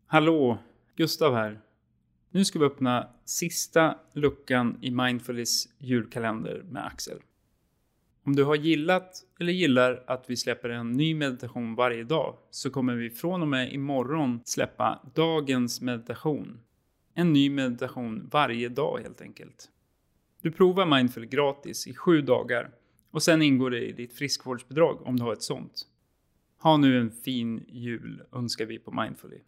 Hallå, Gustav här. Nu ska vi öppna sista luckan i Mindfulness julkalender med Axel. Om du har gillat eller gillar att vi släpper en ny meditation varje dag så kommer vi från och med imorgon släppa dagens meditation. En ny meditation varje dag helt enkelt. Du provar Mindful gratis i 7 dagar och sen ingår det i ditt friskvårdsbidrag om du har ett sånt. Ha nu en fin jul önskar vi på Mindfully.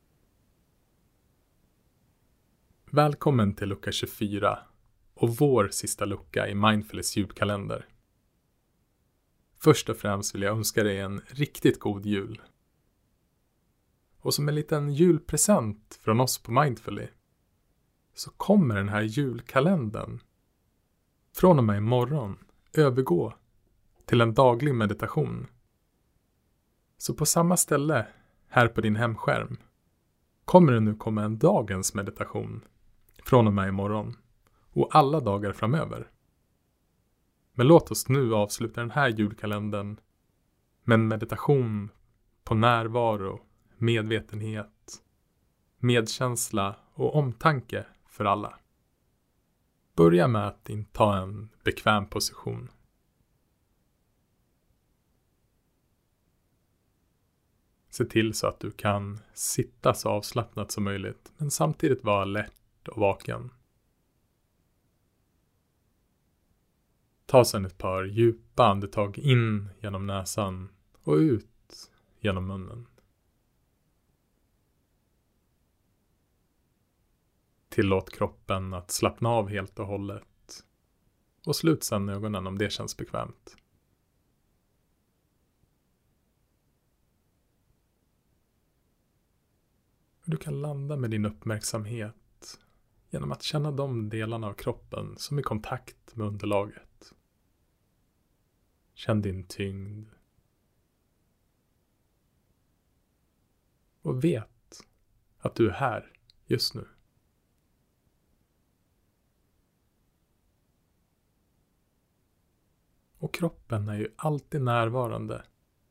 Välkommen till lucka 24 och vår sista lucka i Mindfulness julkalender. Först och främst vill jag önska dig en riktigt god jul. Och som en liten julpresent från oss på Mindfully så kommer den här julkalendern från och med imorgon övergå till en daglig meditation. Så på samma ställe här på din hemskärm kommer det nu komma en dagens meditation från och med imorgon och alla dagar framöver. Men låt oss nu avsluta den här julkalendern med en meditation på närvaro, medvetenhet, medkänsla och omtanke för alla. Börja med att inta en bekväm position. Se till så att du kan sitta så avslappnat som möjligt men samtidigt vara alert och vaken. Ta sedan ett par djupa andetag in genom näsan och ut genom munnen. Tillåt kroppen att slappna av helt och hållet och slut sedan ögonen om det känns bekvämt. Du kan landa med din uppmärksamhet genom att känna de delarna av kroppen som är i kontakt med underlaget. Känn din tyngd. Och vet att du är här just nu. Och kroppen är ju alltid närvarande.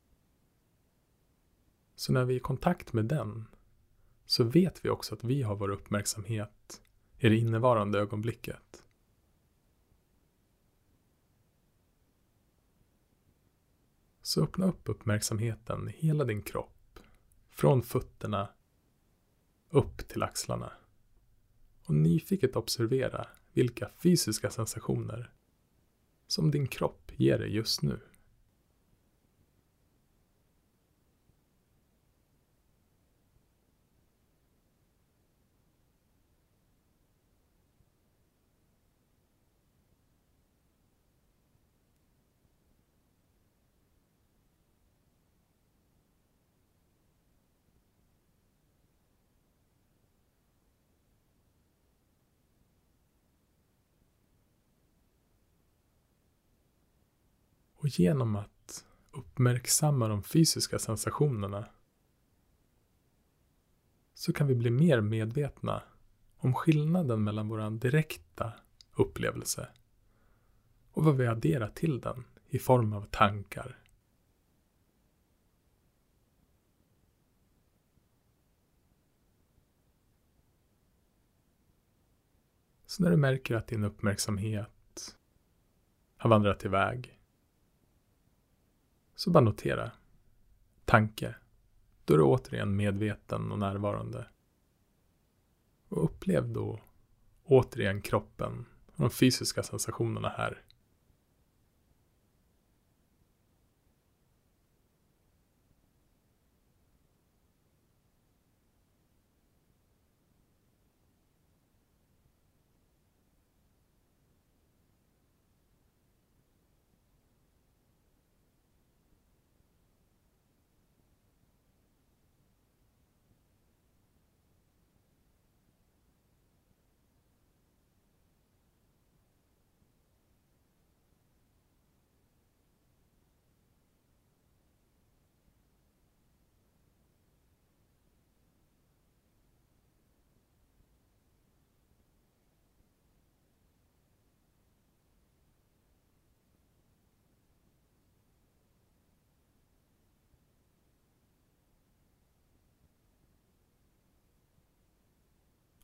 Så när vi är i kontakt med den så vet vi också att vi har vår uppmärksamhet i det innevarande ögonblicket. Så öppna upp uppmärksamheten i hela din kropp. Från fötterna upp till axlarna. Och nyfiket observera vilka fysiska sensationer som din kropp ger dig just nu. Och genom att uppmärksamma de fysiska sensationerna så kan vi bli mer medvetna om skillnaden mellan vår direkta upplevelse och vad vi adderar till den i form av tankar. Så när du märker att din uppmärksamhet har vandrat iväg så bara notera. Tanke. Då är du återigen medveten och närvarande. Och upplev då återigen kroppen och de fysiska sensationerna här.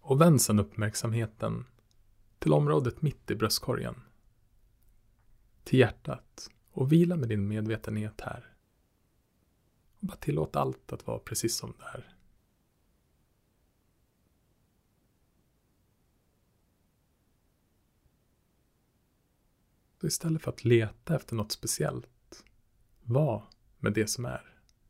Och vänd sedan uppmärksamheten till området mitt i bröstkorgen. Till hjärtat och vila med din medvetenhet här. Och bara tillåt allt att vara precis som det är. Så istället för att leta efter något speciellt, var med det som är.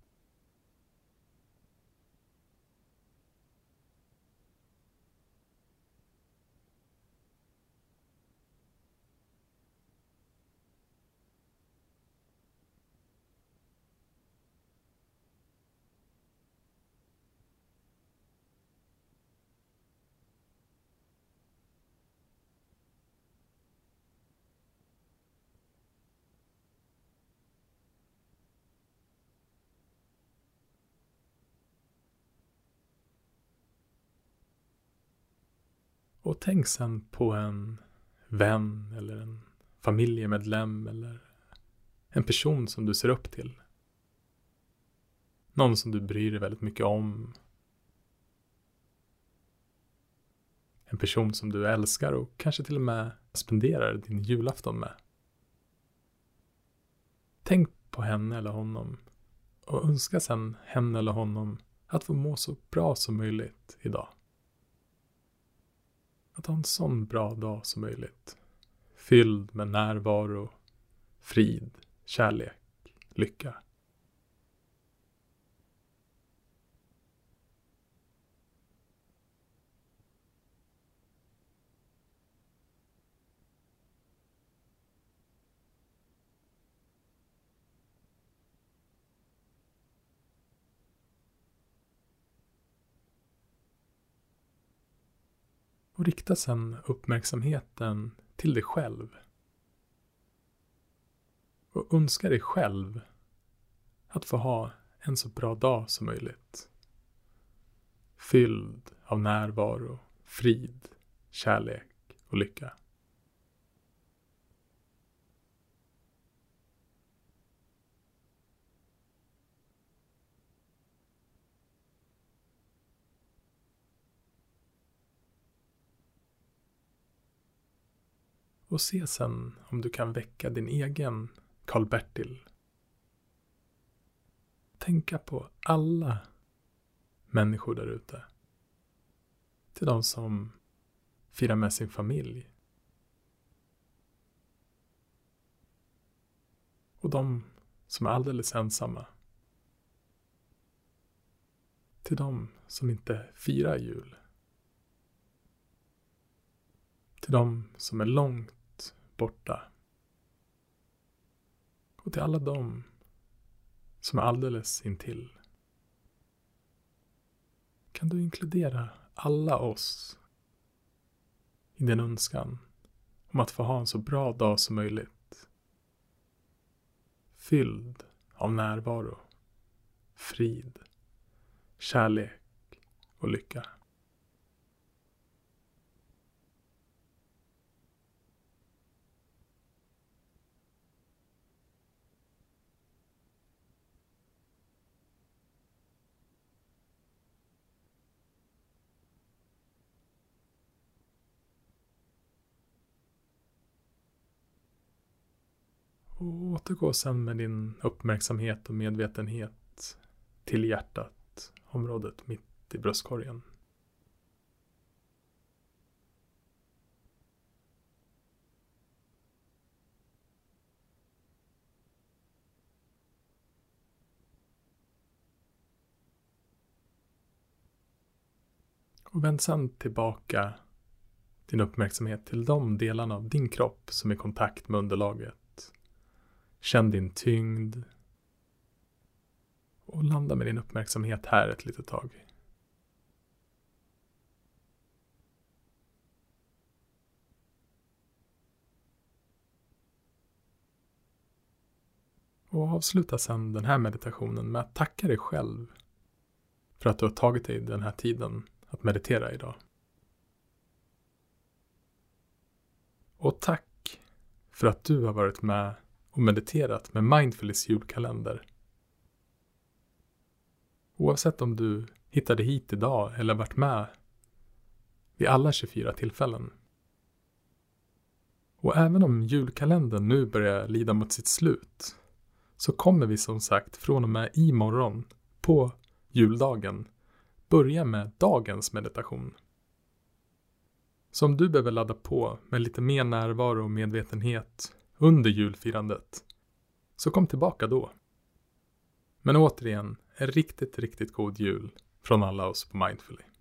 Och tänk sen på en vän eller en familjemedlem eller en person som du ser upp till. Någon som du bryr dig väldigt mycket om. En person som du älskar och kanske till och med spenderar din julafton med. Tänk på henne eller honom och önska sen henne eller honom att få må så bra som möjligt idag. Att ha en sån bra dag som möjligt. Fylld med närvaro, frid, kärlek, lycka. Och rikta sedan uppmärksamheten till dig själv. Och önska dig själv att få ha en så bra dag som möjligt. Fylld av närvaro, frid, kärlek och lycka. Och se sen om du kan väcka din egen Karl-Bertil. Tänka på alla människor där ute. Till de som firar med sin familj. Och de som är alldeles ensamma. Till de som inte firar jul. Till de som är långt borta. Och till alla de som är alldeles intill. Kan du inkludera alla oss i din önskan om att få ha en så bra dag som möjligt. Fylld av närvaro, frid, kärlek och lycka. Och återgå sen med din uppmärksamhet och medvetenhet till hjärtat, området mitt i bröstkorgen. Och vänd sen tillbaka din uppmärksamhet till de delarna av din kropp som är i kontakt med underlaget. Känn din tyngd. Och landa med din uppmärksamhet här ett litet tag. Och avsluta sedan den här meditationen med att tacka dig själv för att du har tagit dig den här tiden att meditera idag. Och tack för att du har varit med och mediterat med Mindfulness julkalender. Oavsett om du hittade hit idag eller varit med vid alla 24 tillfällen. Och även om julkalendern nu börjar lida mot sitt slut, så kommer vi som sagt från och med imorgon på juldagen börja med dagens meditation. Så om du behöver ladda på med lite mer närvaro och medvetenhet under julfirandet, så kom tillbaka då. Men återigen, en riktigt god jul från alla oss på Mindfully.